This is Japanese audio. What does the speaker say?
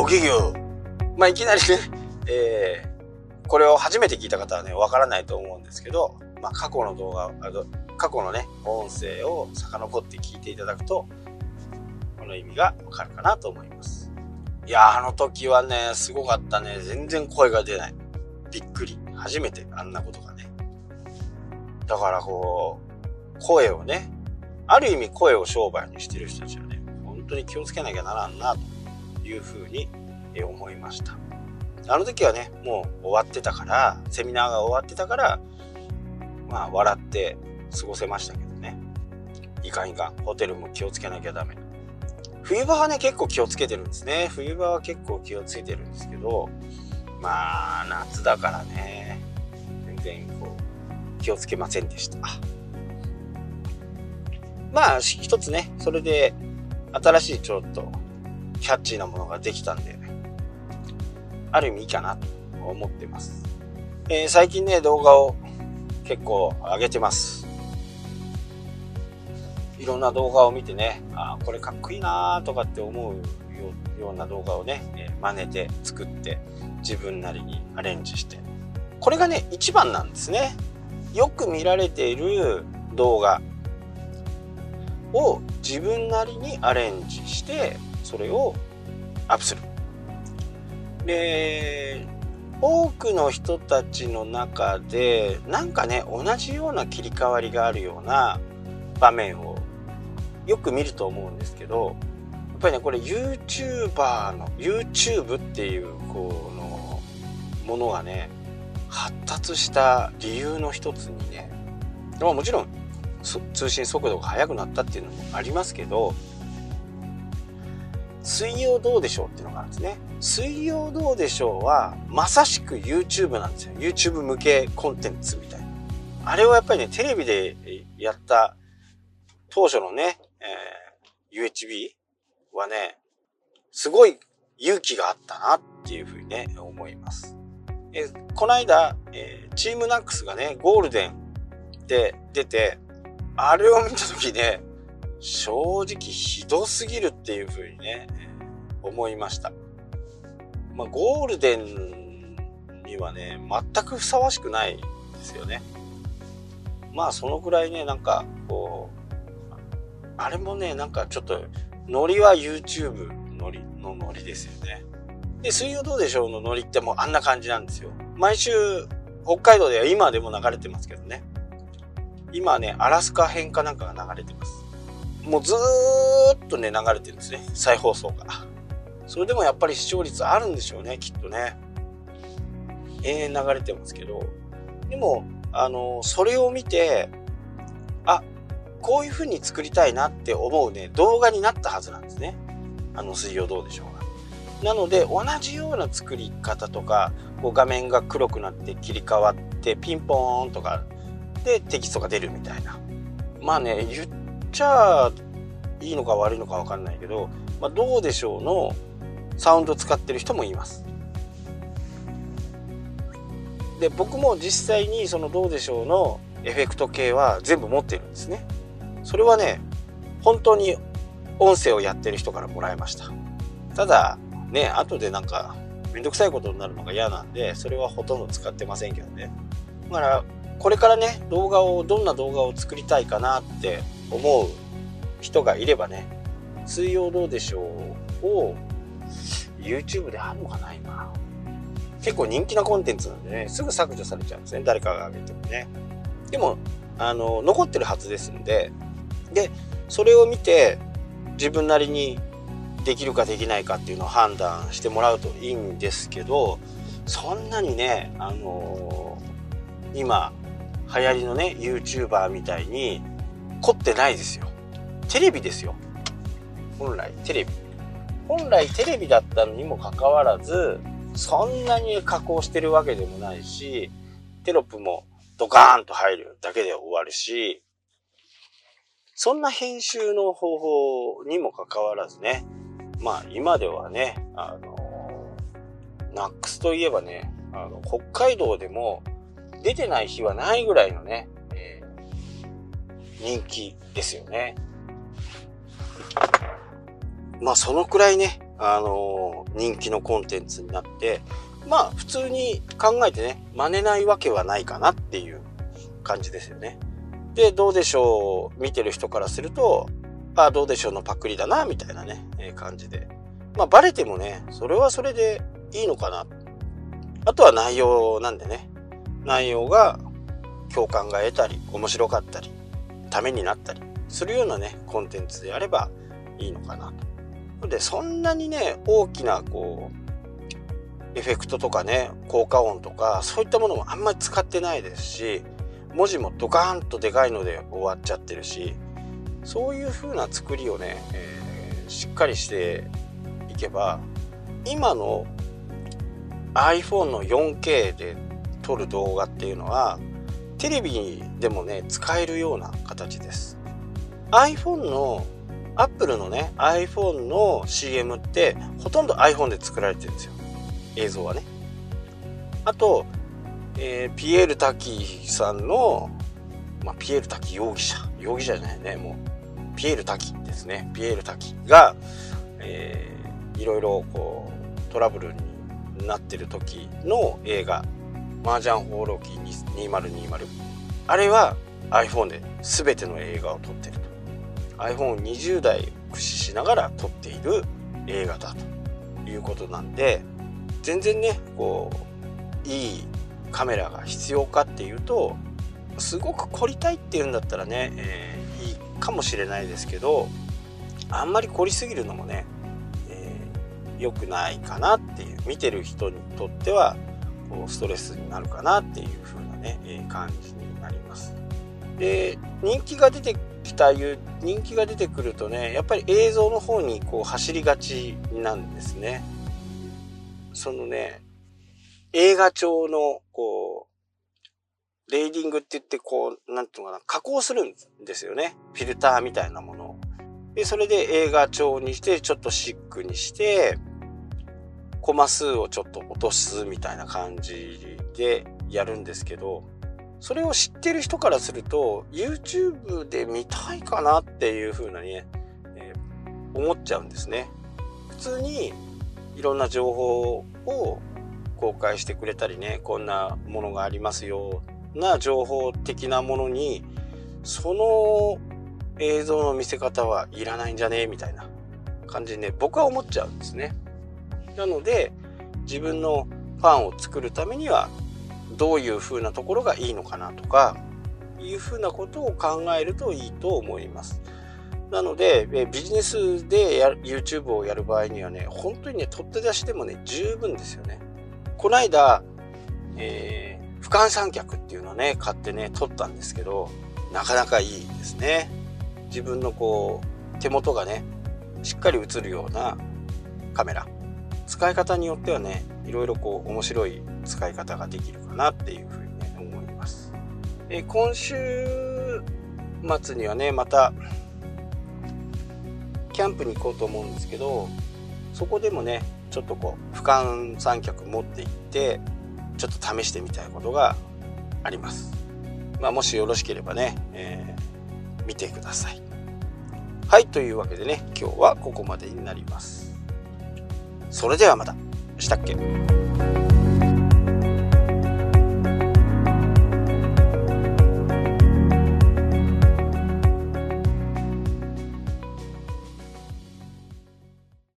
きぎゅまあいきなりね、これを初めて聞いた方はね、わからないと思うんですけど、まあ過去のね、音声を遡って聞いていただくと、この意味がわかるかなと思います。いや、あの時はね、すごかったね。全然声が出ない。びっくり。初めてあんなことがね。だから声をね、ある意味声を商売にしてる人たちはね、本当に気をつけなきゃならんな、というふうに思いました。あの時はね、もう終わってたから、セミナーが終わってたから、まあ笑って過ごせましたけどね。いかん。ホテルも気をつけなきゃダメ。冬場はね、結構気をつけてるんですね。冬場は結構気をつけてるんですけど、まあ夏だからね、全然気をつけませんでした。まあ一つね、それで新しいちょっとキャッチーなものができたんで、ある意味いいかなと思ってます。最近ね、動画を結構上げてます。いろんな動画を見てね、これかっこいいなとかって思うような動画をね、真似て作って自分なりにアレンジして、これがね一番なんですね。よく見られている動画を自分なりにアレンジしてそれをアップする。で、多くの人たちの中でなんかね、同じような切り替わりがあるような場面をよく見ると思うんですけど、やっぱりね、これ YouTuber の YouTube っていうこのものがね、発達した理由の一つにね、もちろん通信速度が速くなったっていうのもありますけど、水曜どうでしょうっていうのがあるんですね。水曜どうでしょうはまさしく YouTube なんですよ。 YouTube 向けコンテンツみたいな。あれはやっぱりね、テレビでやった当初のね、UHB はね、すごい勇気があったなっていうふうにね、思います。この間、チームナックスがね、ゴールデンで出て、あれを見た時ね、正直ひどすぎるっていうふうにね、思いました。まあ、ゴールデンにはね、全くふさわしくないんですよね。まあそのくらいね、なんかあれもね、なんかちょっとノリは YouTube ノリですよね。で、水曜どうでしょうのノリってもうあんな感じなんですよ。毎週北海道では今でも流れてますけどね。今ね、アラスカ編かなんかが流れてます。もうずーっとね、流れてるんですね、再放送が。それでもやっぱり視聴率あるんでしょうね、きっとね。永遠流れてますけど、でもそれを見て、こういう風に作りたいなって思うね、動画になったはずなんですね。水曜どうでしょうが。なので同じような作り方とか、画面が黒くなって切り替わってピンポーンとかでテキストが出るみたいな。まあね、言っちゃいいのか悪いのか分かんないけど、どうでしょうのサウンド使ってる人もいます。で、僕も実際にそのどうでしょうのエフェクト系は全部持ってるんですね。それはね、本当に音声をやってる人からもらいました。ただね、後でなんかめんどくさいことになるのが嫌なんで、それはほとんど使ってませんけどね。だからこれからね、どんな動画を作りたいかなって思う人がいればね、水曜どうでしょうを YouTube であるのかな。今結構人気なコンテンツなんでね、すぐ削除されちゃうんですね、誰かが上げてもね。でも残ってるはずですんで、それを見て自分なりにできるかできないかっていうのを判断してもらうといいんですけど、そんなにね、今流行りのね YouTuber みたいに凝ってないですよ。テレビですよ。本来テレビだったのにもかかわらず、そんなに加工してるわけでもないし、テロップもドカーンと入るだけで終わるし、そんな編集の方法にもかかわらずね、まあ今ではね、ナックスといえばね、北海道でも出てない日はないぐらいのね、人気ですよね。まあそのくらいね、 人気のコンテンツになって、まあ普通に考えてね、真似ないわけはないかなっていう感じですよね。で、どうでしょう見てる人からすると、どうでしょうのパクリだなみたいなね、感じで、まあバレてもね、それはそれでいいのかな。あとは内容なんでね、内容が共感が得たり面白かったりためになったりするようなねコンテンツであればいいのかなと。で、そんなにね大きなこうエフェクトとかね効果音とかそういったものもあんまり使ってないですし、文字もドカーンとでかいので終わっちゃってるし、そういう風な作りをね、しっかりしていけば、今の iPhone の 4K で撮る動画っていうのはテレビでもね使えるような形です。 iPhone のApple のね iPhone の CM ってほとんど iPhone で作られてるんですよ、映像はね。あと、ピエール滝さんの、ピエール滝容疑者じゃないね、もうピエール滝ですね。ピエール滝が、いろいろこうトラブルになってる時の映画麻雀放浪記2020、あれは iPhone で全ての映画を撮ってると。 iPhone20 台を駆使しながら撮っている映画だということなんで、全然ねこういいカメラが必要かっていうと、すごく凝りたいっていうんだったらね、いいかもしれないですけど、あんまり凝りすぎるのもね、良くないかなっていう、見てる人にとってはこうストレスになるかなっていう風なね、感じになります。で、人気が出てくるとね、やっぱり映像の方にこう走りがちなんですね。そのね、映画調のこうレーディングって言って、こうなんていうのかな、加工するんですよね、フィルターみたいなものを。でそれで映画調にしてちょっとシックにしてコマ数をちょっと落とすみたいな感じでやるんですけど、それを知ってる人からすると YouTube で見たいかなっていう風なね、思っちゃうんですね。普通にいろんな情報を公開してくれたりね、こんなものがありますよな情報的なものに、その映像の見せ方はいらないんじゃねみたいな感じでね、僕は思っちゃうんですね。なので自分のファンを作るためにはどういう風なところがいいのかなとかいう風なことを考えるといいと思います。なのでビジネスでYouTube をやる場合にはね、本当にね取って出しでもね十分ですよね。この間、俯瞰三脚っていうのをね買ってね撮ったんですけど、なかなかいいですね。自分のこう手元がねしっかり映るようなカメラ、使い方によってはねいろいろこう面白い使い方ができるかなっていうふうに、ね、思います。今週末にはねまたキャンプに行こうと思うんですけど、そこでもねちょっとこう俯瞰三脚持って行ってちょっと試してみたいことがあります。もしよろしければね、見てください。はい、というわけでね今日はここまでになります。それではまた。したっけ。